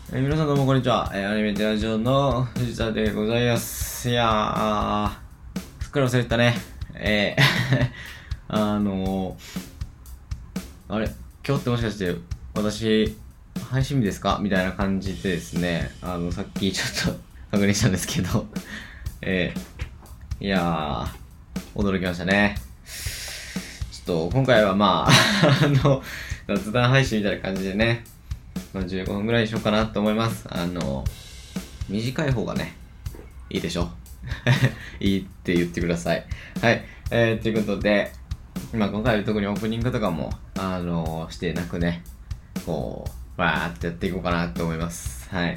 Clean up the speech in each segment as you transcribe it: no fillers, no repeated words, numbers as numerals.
皆さんどうもこんにちは。アニメテラジオの藤田でございます。いやー、すっかり忘れてたね。あのあれ、今日ってもしかして私、配信日ですかみたいな感じでですね、さっきちょっと確認したんですけど、いやー、驚きましたね。ちょっと今回は雑談配信みたいな感じでね、15分ぐらいにしようかなと思います。短い方がね、いいでしょいいって言ってください。はい。ということで、今回は特にオープニングとかも、してなくね、わーってやっていこうかなと思います。はい。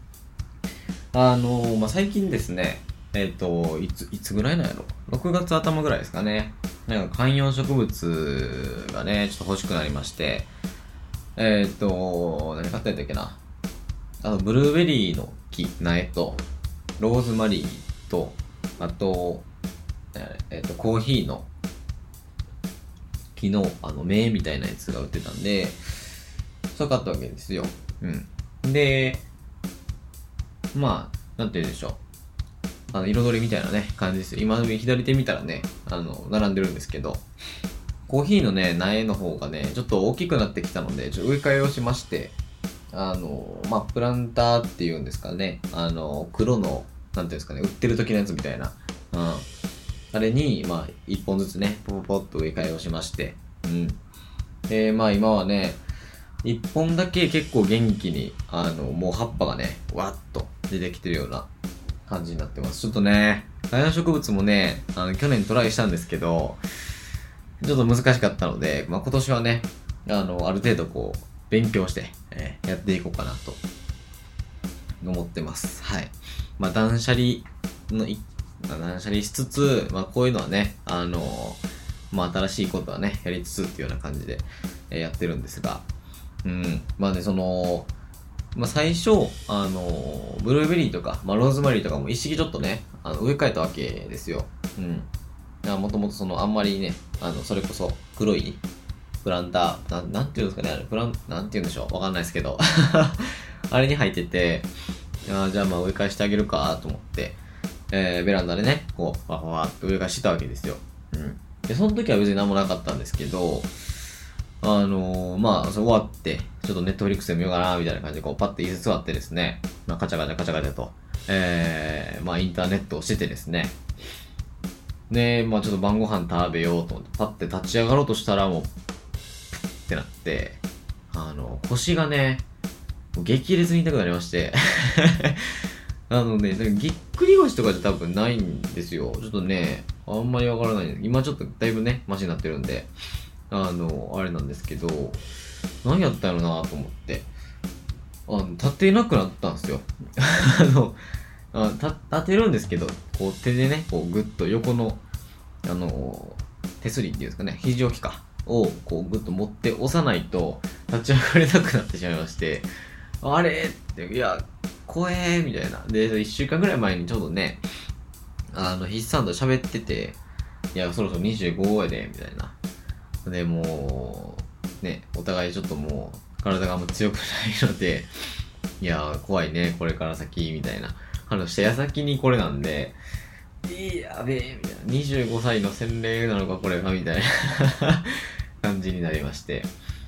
最近ですね、いつぐらいなんやろ ?6 月頭ぐらいですかね。なんか観葉植物がね、ちょっと欲しくなりまして、何買ったんだっけな。ブルーベリーの木、苗と、ローズマリーと、あと、コーヒーの木の、芽みたいなやつが売ってたんで、そう買ったわけですよ。うん。で、なんて言うんでしょう。彩りみたいなね、感じですよ。今、左手見たらね、並んでるんですけど、コーヒーのね、苗の方がね、ちょっと大きくなってきたので、ちょっと植え替えをしまして、プランターっていうんですかね、黒の、なんていうんですかね、売ってる時のやつみたいな、あれに、一本ずつね、ポポポッと植え替えをしまして、で、今はね、一本だけ結構元気に、もう葉っぱがね、わっと出てきてるような感じになってます。ちょっとね、観葉植物もね、去年トライしたんですけど、ちょっと難しかったので、今年はね、ある程度勉強して、やっていこうかなと思ってます。はい。断捨離の断捨離しつつ、こういうのはね、新しいことはね、やりつつっていうような感じで、やってるんですが、最初、ブルーベリーとか、ローズマリーとかも一式ちょっとね、植え替えたわけですよ。もともとあんまりね、それこそ黒いプランター、なんていうんですかね、なんていうんでしょう、わかんないですけど、あれに入ってて、じゃあ植え替えしてあげるかと思って、ベランダでね、わわって植え替えしてたわけですよ。で、その時は別に何もなかったんですけど、それ終わって、ちょっとネットフリックスで見ようかな、みたいな感じで、パッて椅子座ってですね、カチャカチャカチャカチャと、インターネットをしててですね、で、ちょっと晩ご飯食べようと思って、パッて立ち上がろうとしたらもう、プッってなって、腰がね、激烈に痛くなりましてぎっくり腰とかじゃ多分ないんですよ。ちょっとね、あんまりわからないんです。今ちょっとだいぶね、マシになってるんで、あれなんですけど、何やったんやろなと思って、立てなくなったんですよ。立てるんですけど、手でね、グッと横の、手すりっていうんですかね、肘置きか、をグッと持って押さないと立ち上がれなくなってしまいまして、あれって、いや、怖えーみたいな。で、1週間ぐらい前にちょうどね、筆算と喋ってて、いや、そろそろ25やで、みたいな。で、もう、ね、お互いちょっともう、体があんま強くないので、いや、怖いね、これから先、みたいな話した矢先にこれなんで、やべえ、みたいな。25歳の洗礼なのか、これが、みたいな感じになりまして。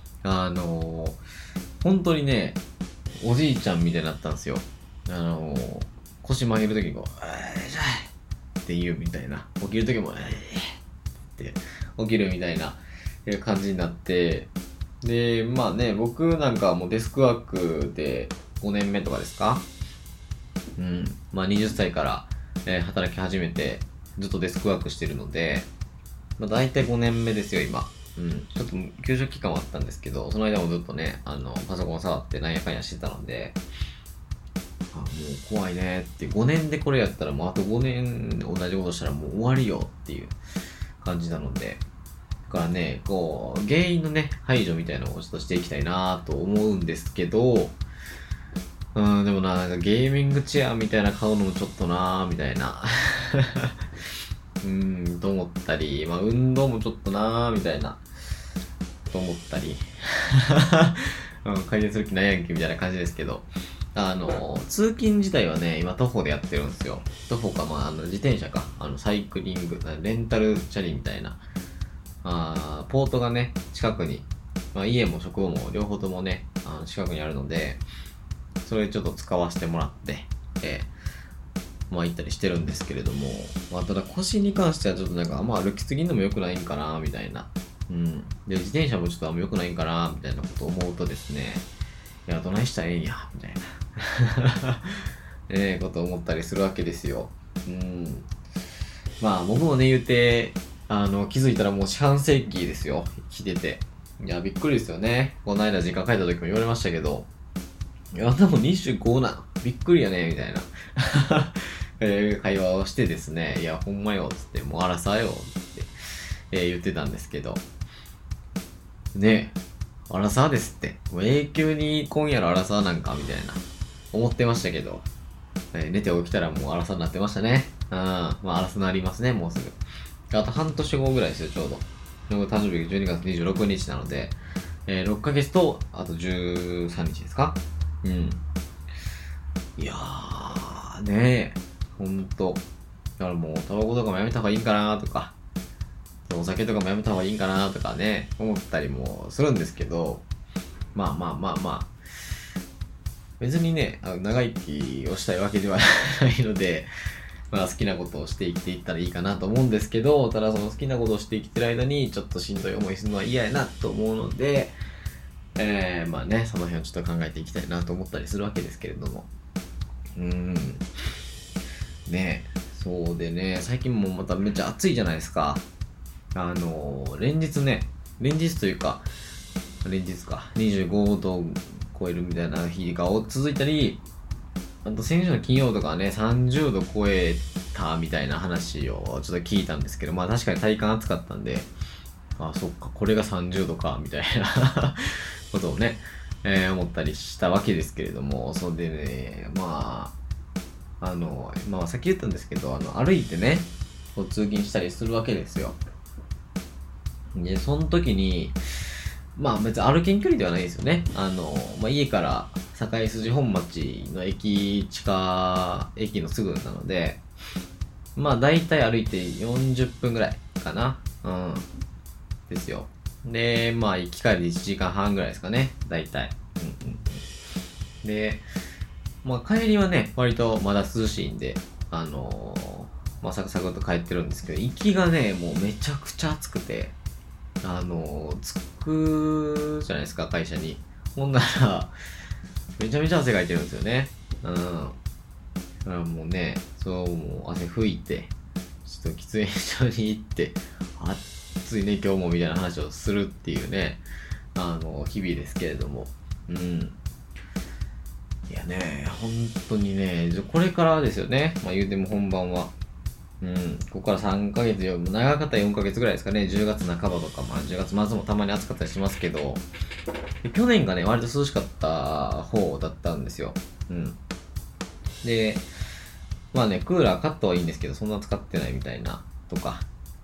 本当にね、おじいちゃんみたいになったんですよ。腰曲げるときにじゃいって言うみたいな。起きるときも、って起きるみたいな感じになって、で、僕なんかはもうデスクワークで5年目とかですか20歳から、働き始めて、ずっとデスクワークしてるので、大体5年目ですよ、今。ちょっと休職期間はあったんですけど、その間もずっとね、パソコン触ってなんやかんやしてたので、もう怖いねって、5年でこれやったらもうあと5年同じことしたらもう終わりよっていう感じなので、だからね、原因のね、排除みたいなのをちょっとしていきたいなと思うんですけど、でもなんかゲーミングチェアみたいな買うのもちょっとみたいな。と思ったり、運動もちょっとみたいな。と思ったり。改善する気ないやんけみたいな感じですけど、 通勤自体はね、今徒歩でやってるんですよ。徒歩か、自転車か。サイクリング、レンタルチャリみたいな。ポートがね、近くに、家も職場も両方ともね、近くにあるので、それちょっと使わせてもらって、行ったりしてるんですけれども、ただ腰に関してはちょっと歩きすぎるのも良くないんかな、みたいな。で、自転車もちょっと良くないんかな、みたいなことを思うとですね、いや、どないしたらええんや、みたいな。ことを思ったりするわけですよ。僕もね、言うて、気づいたらもう四半世紀ですよ。生きてて。いや、びっくりですよね。この間実家帰った時も言われましたけど、いや、でも25な。びっくりやね、みたいな。会話をしてですね、いや、ほんまよ、つって、もう荒さよ、つって、言ってたんですけど。ねアラサーですって。もう永久に今夜のアラサーなんかみたいな。思ってましたけど。寝て起きたらもうアラサーになってましたね。アラサーになりますね、もうすぐ。あと半年後ぐらいですよ、ちょうど。僕誕生日が12月26日なので、6ヶ月と、あと13日ですか？いやー、ねえ。ほんと。だからもう、タバコとかもやめた方がいいんかなとか。お酒とかもやめた方がいいんかなとかね、思ったりもするんですけど、別にね、長生きをしたいわけではないので、好きなことをして生きていったらいいかなと思うんですけど、ただその好きなことをして生きてる間にちょっとしんどい思いするのは嫌やなと思うので、その辺をちょっと考えていきたいなと思ったりするわけですけれども。そうでね、最近もまためっちゃ暑いじゃないですか。連日というか、25度を超えるみたいな日が続いたり、あと先週の金曜とかはね、30度超えたみたいな話をちょっと聞いたんですけど、確かに体感暑かったんで、そっか、これが30度か、みたいなことをね、思ったりしたわけですけれども、それでね、さっき言ったんですけど、歩いてね、通勤したりするわけですよ。で、その時に、別に歩けん距離ではないですよね。家から堺筋本町の駅のすぐなので、だいたい歩いて40分ぐらいかな。ですよ。で、行き帰りで1時間半ぐらいですかね。だいたい。で、帰りはね、割とまだ涼しいんで、サクサクと帰ってるんですけど、行きがね、もうめちゃくちゃ暑くて、着くじゃないですか、会社に。ほんなら、めちゃめちゃ汗かいてるんですよね。だからもうね、もう汗拭いて、ちょっと喫煙所に行って、暑いね、今日もみたいな話をするっていうね、日々ですけれども。いやね、本当にね、これからですよね。言うても本番は。ここから3ヶ月よ、長かったら4ヶ月ぐらいですかね、10月半ばとか、10月末もたまに暑かったりしますけど、去年がね、割と涼しかった方だったんですよ。で、クーラー買ったはいいんですけど、そんな使ってないみたいな、とか、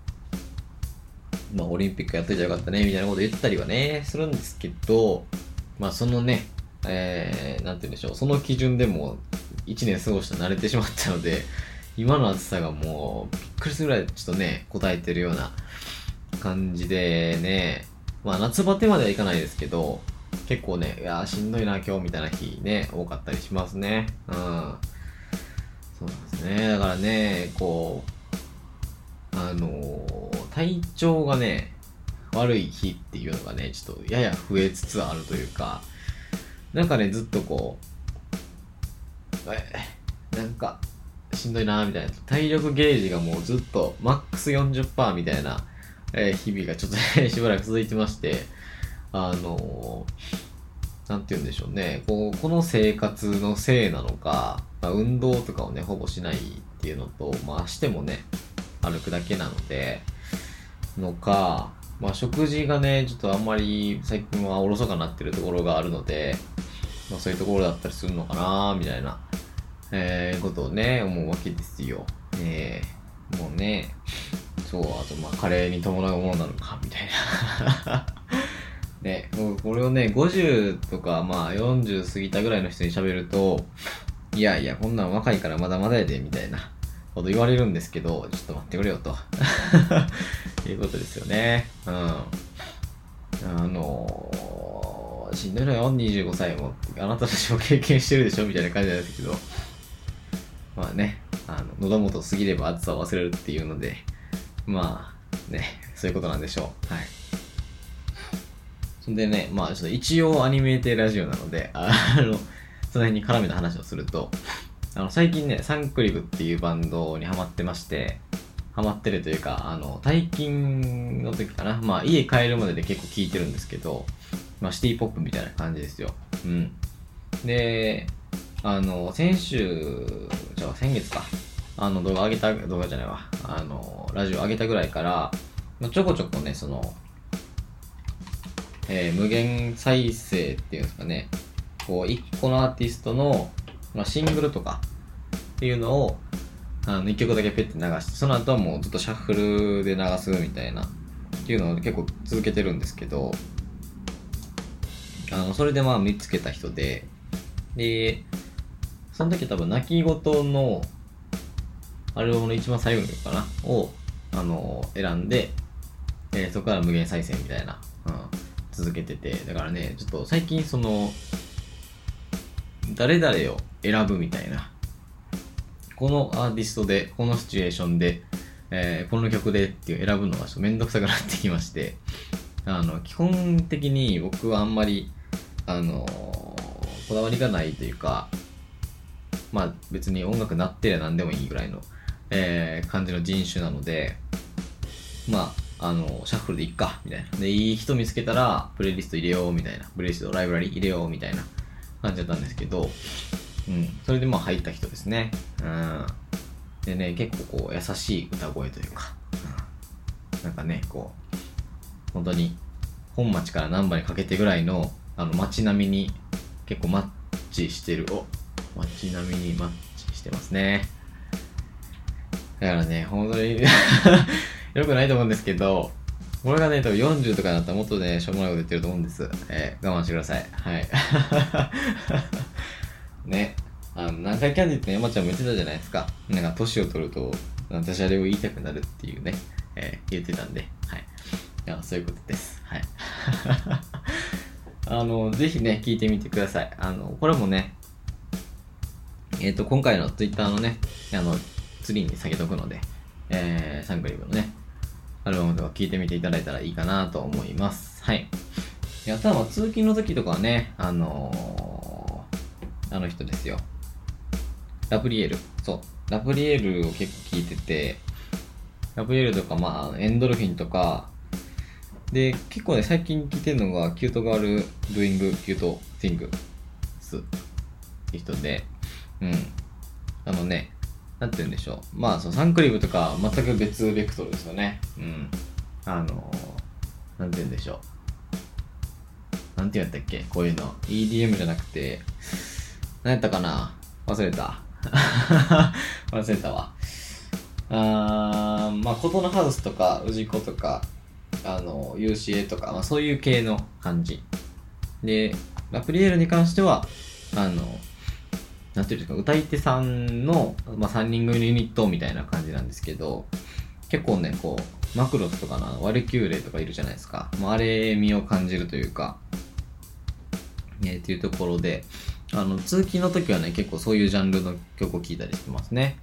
オリンピックやっといたらよかったね、みたいなこと言ったりはね、するんですけど、そのね、なんて言うんでしょう、その基準でも1年過ごして慣れてしまったので、今の暑さがもうびっくりするぐらいちょっとね、答えてるような感じでね、夏バテまではいかないですけど、結構ね、いやーしんどいな今日みたいな日ね、多かったりしますね。そうなんですね。だからね、体調がね、悪い日っていうのがね、ちょっとやや増えつつあるというか、ずっとしんどいなーみたいな。体力ゲージがもうずっとマックス 40% みたいな、日々がちょっとね、しばらく続いてまして、なんて言うんでしょうね。この生活のせいなのか、運動とかをね、ほぼしないっていうのと、してもね、歩くだけなので、食事がね、ちょっとあんまり最近はおろそかになってるところがあるので、そういうところだったりするのかなみたいな、ことをね、思うわけですよ。もうね、あとカレーに伴うものなのか、みたいな。 ね、もうこれをね、50とか、まあ40過ぎたぐらいの人に喋ると、いやいや、こんなん若いからまだまだやで、みたいなこと言われるんですけど、ちょっと待ってくれよと。いうことですよね。うん。しんどいのよ、25歳も。あなたたちも経験してるでしょみたいな感じなんですけど。まあね、喉元過ぎれば暑さを忘れるっていうので、まあね、そういうことなんでしょう。はい。そんでね、まあちょっと一応アニメーテラジオなので、その辺に絡めた話をすると、最近ね、サンクリブっていうバンドにハマってまして、ハマってるというか、退勤の時かな。まあ家帰るまでで結構聴いてるんですけど、まあシティポップみたいな感じですよ。うん。で、先月か。動画じゃないわ。ラジオ上げたぐらいから、ちょこちょこね、無限再生っていうんですかね。こう、一個のアーティストの、まあ、シングルとかっていうのを、一曲だけペッて流して、その後はもうずっとシャッフルで流すみたいな、っていうのを結構続けてるんですけど、それでまあ見つけた人で、その時多分泣き言のアルバムの一番最後の曲かなを、選んで、そこから無限再生みたいな、続けてて、だからね、ちょっと最近誰々を選ぶみたいな、このアーティストで、このシチュエーションで、この曲でっていう選ぶのがちょっとめんどくさくなってきまして、基本的に僕はあんまり、こだわりがないというか、まあ別に音楽鳴ってりゃ何でもいいぐらいの、感じの人種なので、まあ、シャッフルでいっか、みたいな。で、いい人見つけたら、プレイリスト入れよう、みたいな。プレイリスト、ライブラリ入れよう、みたいな感じだったんですけど、それでまあ入った人ですね。でね、結構こう、優しい歌声というか、なんかね、こう、本当に、本町から難波にかけてぐらいの、街並みに結構マッチしてる。街並みにマッチしてますね。だからね、本当に良くないと思うんですけど、俺がね、多分40とかになったらもっとね、しょうもないこと言ってると思うんです。我慢してください。はい。ね。南海キャンディーって山ちゃんも言ってたじゃないですか。なんか、年を取ると、ダジャレを言いたくなるっていうね、言ってたんで、はい。いや、そういうことです。はい。ぜひね、聞いてみてください。これもね、今回の Twitter のね、ツリーに下げとくので、サンクリブのね、アルバムとか聞いてみていただいたらいいかなと思います。はい。あとはまあ通勤の時とかはね、あの人ですよ。ラプリエル。そう。ラプリエルを結構聞いてて、ラプリエルとか、まあ、エンドルフィンとか、で、結構ね、最近聞いてるのが、キュートガール・ドゥイング・キュート・ティングスって人で、なんて言うんでしょう。まあ、サンクリブとか全く別ベクトルですよね。なんて言うんでしょう。なんて言うんだったっけこういうの。EDM じゃなくて、何やったかな忘れた。忘れたわ。まあ、琴のハウスとか、氏子とか、UCA とか、まあ、そういう系の感じ。で、ラプリエールに関しては、なんていうんですか、歌い手さんの、まあ、3人組のユニットみたいな感じなんですけど、結構ね、こう、マクロスとかのワルキューレとかいるじゃないですか。もうあれ味を感じるというか、っていうところで、通勤の時はね、結構そういうジャンルの曲を聴いたりしてますね。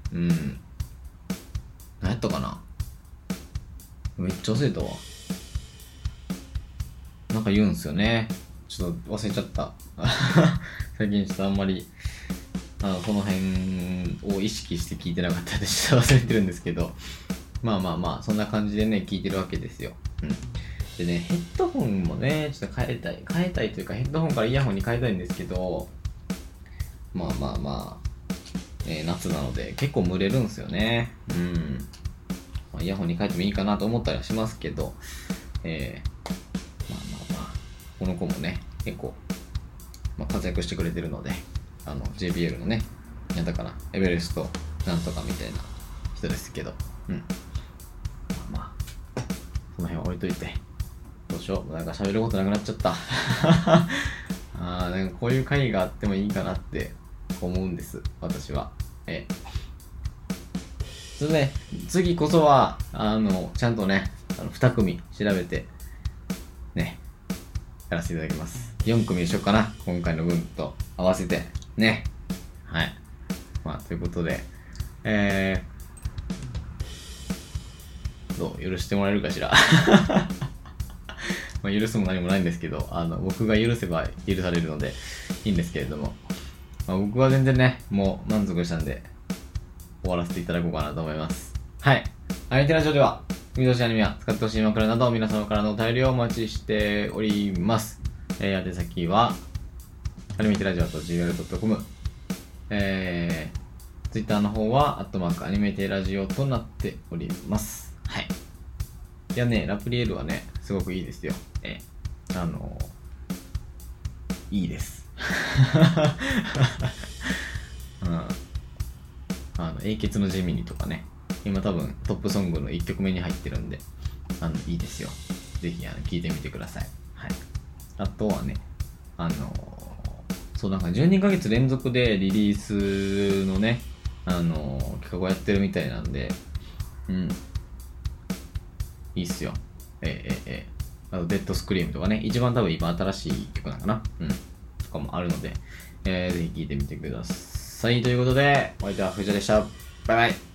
何やったかなめっちゃ忘れたわ。なんか言うんすよね。ちょっと忘れちゃった。最近ちょっとあんまり、この辺を意識して聞いてなかったんで、ちょっと忘れてるんですけど、まあ、そんな感じでね、聞いてるわけですよ。でね、ヘッドホンもね、ちょっと変えたいというか、ヘッドホンからイヤホンに変えたいんですけど、まあ、夏なので結構蒸れるんですよね。まあ、イヤホンに変えてもいいかなと思ったりはしますけど、まあ、この子もね、結構、まあ、活躍してくれてるので、JBL のね、だから、エベレストなんとかみたいな人ですけど、まあ、その辺は置いといて、 どうしよう。なんか喋ることなくなっちゃった。なんかこういう会があってもいいかなって思うんです。私は。それね、次こそは、ちゃんとね、2組調べて、ね、やらせていただきます。4組にしようかな。今回の分と合わせて。ね。はい。まあ、ということで、どう許してもらえるかしら。まあ許すも何もないんですけど、僕が許せば許されるのでいいんですけれども、まあ、僕は全然ね、もう満足したんで、終わらせていただこうかなと思います。はい。アニメテラジオでは、見通しアニメや使ってほしい枕など皆様からのお便りをお待ちしております。宛先は、アニメテラジオと gmail.com。Twitter の方は、アニメテラジオとなっております。はい。いやね、ラプリエールはね、すごくいいですよ。いいです。英傑のジェミニとかね、今多分トップソングの1曲目に入ってるんで、いいですよ。ぜひ聴いてみてください。はい。あとはね、そうなんか12ヶ月連続でリリースのね、企画をやってるみたいなんで、いいっすよ。あとデッドスクリームとかね、一番多分今新しい曲なのかなとかもあるので、ぜひ聴いてみてください。ということで、お相手は藤田でした。バイバイ。